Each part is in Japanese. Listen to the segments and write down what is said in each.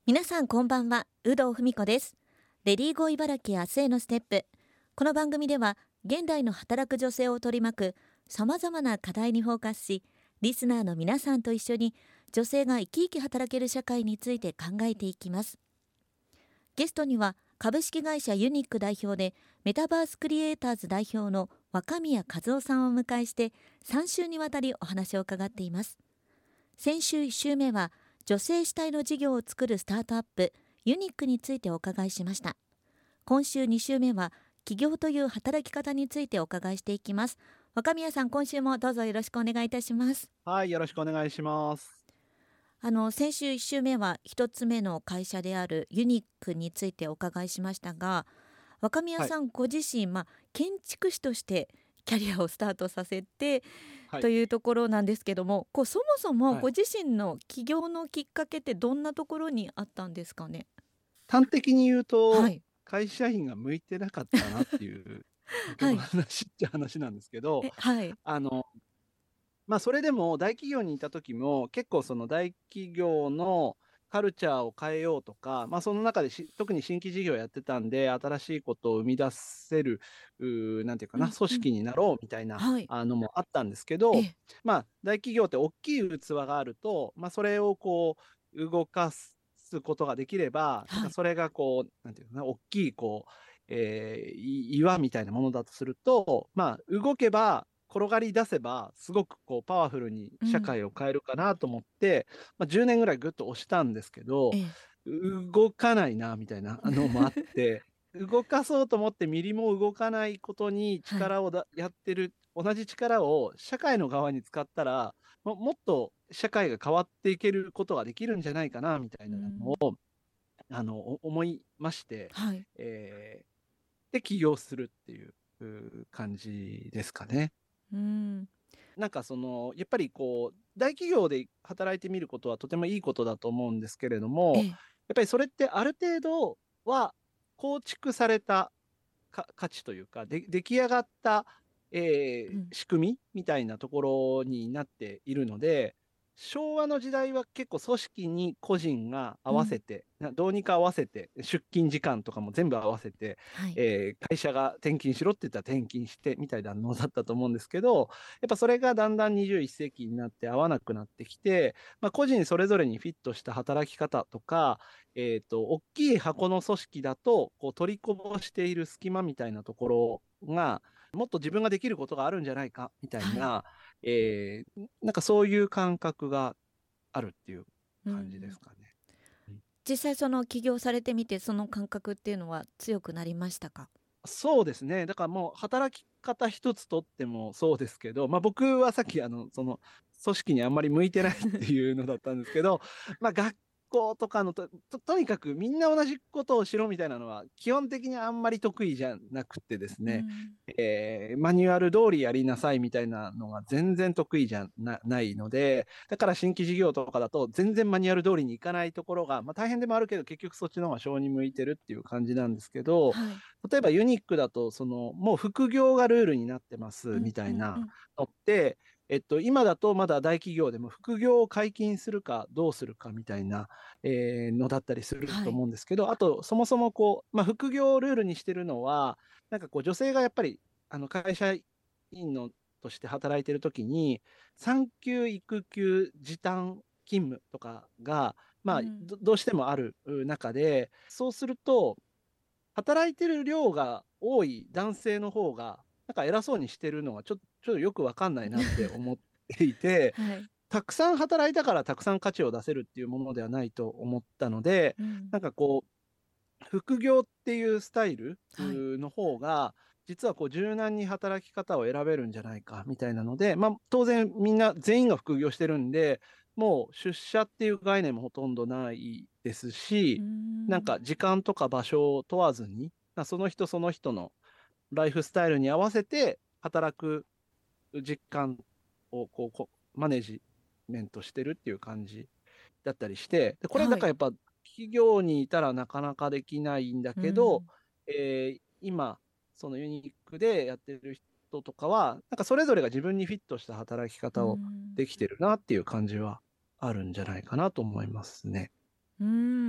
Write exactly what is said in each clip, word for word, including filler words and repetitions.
皆さんこんばんは、有働文子です。レディーゴー茨城明日へのステップ。この番組では現代の働く女性を取り巻くさまざまな課題にフォーカスし、リスナーの皆さんと一緒に女性が生き生き働ける社会について考えていきます。ゲストには株式会社ユニック代表でメタバースクリエイターズ代表の若宮和夫さんをお迎えしてさん週にわたりお話を伺っています。先週いっ週目は女性主体の事業を作るスタートアップユニックについてお伺いしました。今週に週目は起業という働き方についてお伺いしていきます。若宮さん、今週もどうぞよろしくお願いいたします。 はい、よろしくお願いします。 あの先週いっ週目は一つ目の会社であるユニックについてお伺いしましたが、若宮さんご自身、まあ、建築士としてキャリアをスタートさせて、 はい、 というところなんですけども、こうそもそもはい、 ご自身の起業のきっかけってどんなところにあったんですかね。 端的に言うはと、 い会社員が向いてなかったなっていうだけのはい話っちゃ話なんですけど、 えはいあの、まあ、それでも大企業にいた時も、結構その大企業のカルチャーを変えようとか、まあ、その中でし特に新規事業やってたんで、新しいことを生み出せる、うーなんていうかな、 うんうん組織になろうみたいなはいあのもあったんですけど、 えまあ、大企業って大きい器があると、まあ、それをこう動かすことができれば、なんはいかそれがこう、なんていうかな、大きいこう、えーい岩みたいなものだとすると、まあ、動けば、転がり出せば、すごくこうパワフルに社うん会を変えるかなと思って、まあ、じゅうねんぐらいぐっと押したんですけど、 え動かないな、みたいなのもあって、動かそうと思ってミリも動かないことにはい力をだやってる、同じ力を社会の側に使ったら、ももっと社会が変わっていけることができるんじゃないかな、みたういなのんを、あの、お思いまして、 はいえーで、起業するっていううー感じですかね。 うんなんかその、やっぱりこう、大企業で働いてみることはとてもいいことだと思うんですけれども、 えやっぱりそれってある程度は構築されたか価値というか、で出来上がった、えーうん仕組みみたいなところになっているので、昭和の時代は結構組織に個人が合うんわせて、などうにか合わせて、出勤時間とかも全部合わせて、 はいえー会社が転勤しろって言ったら転勤してみたいなのだったと思うんですけど、やっぱそれがだんだんにじゅういっ世紀になって合わなくなってきて、まあ、個人それぞれにフィットした働き方とか、えっと、大きい箱の組織だと、こう取りこぼしている隙間みたいなところが、もっと自分ができることがあるんじゃないかみたいはいな、えーなんかそういう感覚があるっていう感じでうんすかね。うん実際その起業されてみてその感覚っていうのは強くなりましたか。 そうですね。だからもう働き方一つとってもそうですけど、まあ僕はさっきあの、その組織にあんまり向いてないっていうのだったんですけど、まあ学校とかのと、と、とにかくみんな同じことをしろみたいなのは基本的にあんまり得意じゃなくてですね、 うんえーマニュアル通りやりなさいみたいなのが全然得意じゃな、ないので、だから新規事業とかだと全然マニュアル通りにいかないところが、まあ大変でもあるけど結局そっちの方が性に向いてるっていう感じなんですけど、 はい例えばユニックだと、その、もう副業がルールになってますうんみたいなうんうんのって、えっと、今だとまだ大企業でも副業を解禁するかどうするかみたいな、えーのだったりするとはい思うんですけど、あと、そもそもこう、まあ、副業をルールにしてるのは、なんかこう、女性がやっぱり、あの、会社員のとして働いてるときに、産休、育休、時短勤務とかが、まあ、 うんどどうしてもある中で、そうすると、働いてる量が多い男性の方が、なんか偉そうにしてるのがちょ、ちょっとよくわかんないなって思っていて、 はいたくさん働いたからたくさん価値を出せるっていうものではないと思ったので、 うんなんかこう、副業っていうスタイルはいの方が、実はこう柔軟に働き方を選べるんじゃないかみたいなので、まあ当然みんな全員が副業してるんで、もう出社っていう概念もほとんどないですうし、なんんか時間とか場所を問わずに、まあその人その人のライフスタイルに合わせて働く実感をこうこうマネジメントしてるっていう感じだったりして、で、これだはいからやっぱ企業にいたらなかなかできないんだけど、 うんえー今、そのユニークでやってる人とかは、なんかそれぞれが自分にフィットした働きう方をんできてるなっていう感じはあるんじゃないかなと思いますね。 うん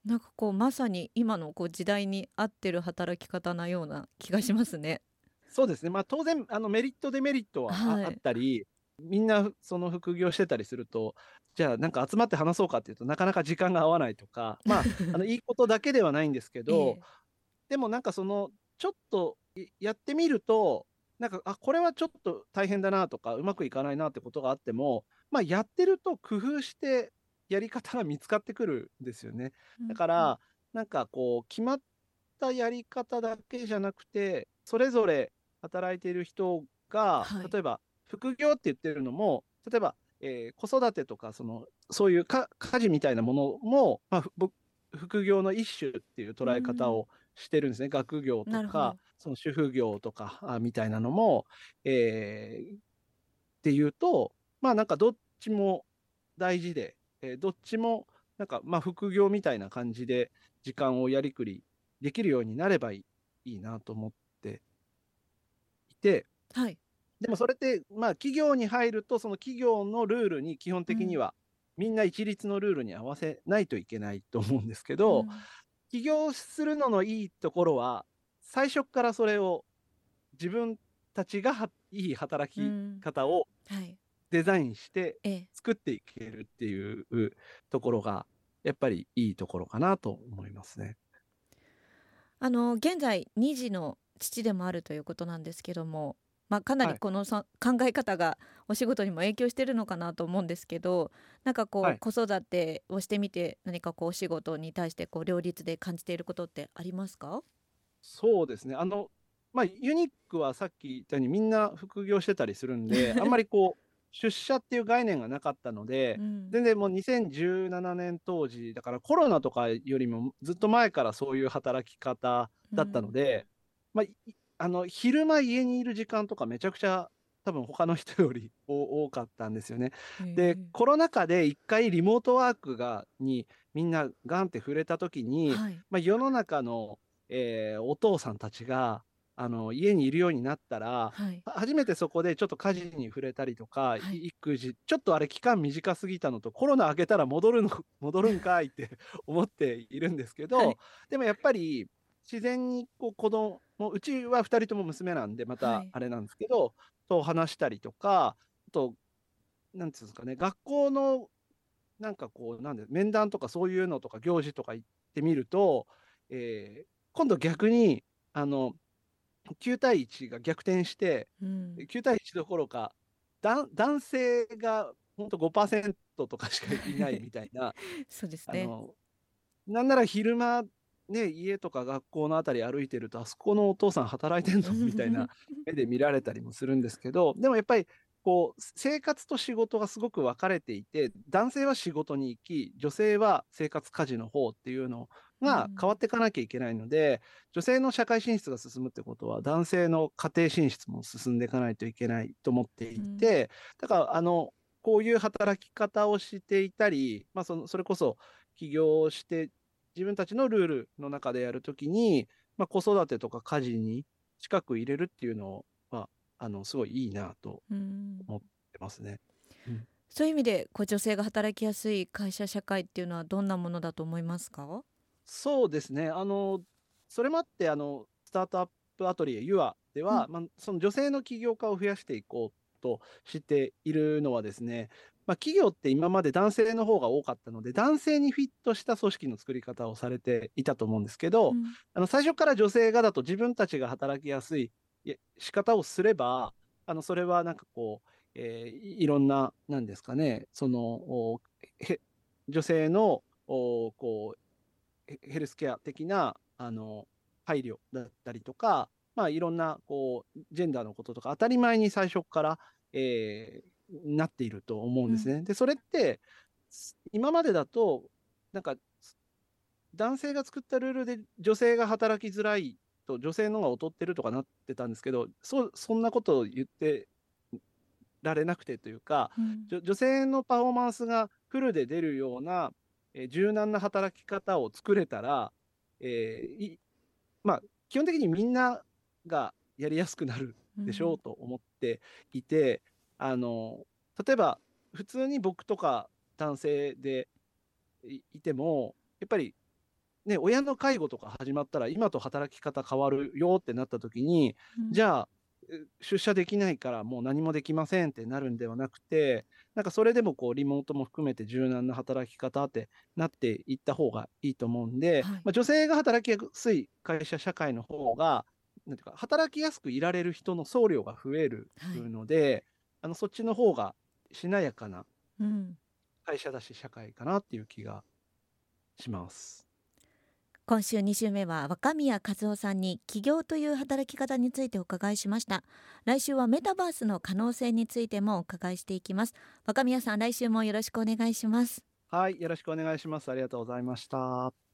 なんかこうまさに今のこう時代に合ってる働き方なような気がしますね。 そうですね。まあ、当然、あの、メリット、デメリットはああっはい。 たり、みんなその副業してたりすると、じゃあなんか集まって話そうかっていうと、なかなか時間が合わないとか、まあ、あの、いいことだけではないんですけど、 ええ。 でもなんかその、ちょっと、いやってみると、なんか、あ、これはちょっと大変だなとか、うまくいかないなってことがあっても、まあ、やってると工夫してやり方が見つかってくるんですよね。 うんうん。 だから、なんかこう、決まったやり方だけじゃなくて、それぞれ働いている人が、 はい。 例えば副業って言ってるのも、例えば、えー子育てとか、その、そういうか家事みたいなものも、まあ、ふ僕副業の一種っていうう捉え方ん。 をしてるんですね。学業とか、 なるほど。 その主婦業とか、あ、みたいなのも、えーっていうと、まあ、なんかどっちも大事で、えーどっちもなんか、まあ、副業みたいな感じで時間をやりくりできるようになればいいいいなと思っていて、 はい。 でもそれって、まあ、企業に入ると、その企業のルールに基本うん。 的には、みんな一律のルールに合わせないといけないと思うんですけど、 うん。 起業するののいいところは、最初からそれを自分たちがはいい働きうん。 方をはい。 デザインしてええ。 作っていけるっていうところが、やっぱりいいところかなと思いますね。 あの現在に児の父でもあるということなんですけども、まあ、かなりはい。 このさ考え方がお仕事にも影響してるのかなと思うんですけど、なんかこはい。 う子育てをしてみて何かこうお仕事に対してこう両立で感じていることってありますか？ そうですね。あの、まあ、ユニックはさっき言ったようにみんな副業してたりするんで、あんまりこう、出社っていう概念がなかったので、 うん。 全然もうにせんじゅうななねん当時、だからコロナとかよりもずっと前からそういう働き方だったのうん。 で、まあ、いあの、昼間家にいる時間とかめちゃくちゃ多分他の人よりお多かったんですよね。 へで、 え。 コロナ禍で一回リモートワークがにみんなガンって触れた時に、 はい。 まあ、世の中のえーお父さんたちが、あの、家にいるようになったら、 はい。 は初めてそこでちょっと家事に触れたりとか、いはい。 育児、ちょっとあれ期間短すぎたのと、コロナ明けたら戻るの戻るんかいって思っているんですけど、 はい。 でもやっぱり自然にこう子供うちはふたりとも娘なんで、まはい。 たあれなんですけど、と話したりとか、あと、なんつうんですかね、学校のなんかこう、なんで、面談とかそういうのとか行事とか行ってみると、えー今度逆に、あの、きゅう対いちが逆転して、 うん。 きゅう対いちどころか、だん男性がほんとごパーセントとかしかいないみたいな、 そうですね。 あの、なんなら昼間、ね、家とか学校のあたり歩いてると、あそこのお父さん働いてんのみたいな目で見られたりもするんですけど、でもやっぱり、こう、生活と仕事がすごく分かれていて、男性は仕事に行き、女性は生活家事の方っていうのうが変わっん。 ていかなきゃいけないので、女性の社会進出が進むってことは、男性の家庭進出も進んでいかないといけないと思っていうん。 て、だから、あの、こういう働き方をしていたり、まあ、その、それこそ起業して自分たちのルールの中でやるときに、まあ、子育てとか家事に近く入れるっていうのは、あの、すごいいいなとうん。 思ってますね。うん。 そういう意味でこう女性が働きやすい会社社会っていうのはどんなものだと思いますか？ そうですね。あの、それもあって、あの、スタートアップアトリエユアでは、 うん。 まあ、その女性の起業家を増やしていこうとしているのはですね、まあ、企業って今まで男性の方が多かったので、男性にフィットした組織の作り方をされていたと思うんですけど、 うん。 あの、最初から女性がだと自分たちが働きやすいい仕方をすれば、あの、それはなんかこう、えーいいろんな、なんですかね、その、おへ女性の、おこう、ヘヘルスケア的な、あの、配慮だったりとか、まあ、いろんな、こう、ジェンダーのこととか、当たり前に最初から、えーなっていると思うんうん。 ですね。で、それって、す今までだと、なんか、す男性が作ったルールで女性が働きづらいと、女性の方が劣ってるとかなってたんですけど、そうそんなことを言ってられなくてというか、 うん。 じょ女性のパフォーマンスがフルで出るような、えー柔軟な働き方を作れたら、えーいまあ、基本的にみんながやりやすくなるでしょううん。 と思っていて、あの、例えば普通に僕とか男性でいいても、やっぱりね、親の介護とか始まったら今と働き方変わるよってなった時に、 うん、 じゃあ、う出社できないからもう何もできませんってなるんではなくて、なんかそれでもこうリモートも含めて柔軟な働き方ってなっていった方がいいと思うんで、 はい。 まあ、女性が働きやすい会社社会の方が、なんていうか、働きやすくいられる人の総量が増えるはい。 ので、あの、そっちの方がしなやかなうん。 会社だし社会かなっていう気がします。 今週に週目は若宮和夫さんに起業という働き方についてお伺いしました。来週はメタバースの可能性についてもお伺いしていきます。若宮さん、来週もよろしくお願いします。 はい、よろしくお願いします。ありがとうございました。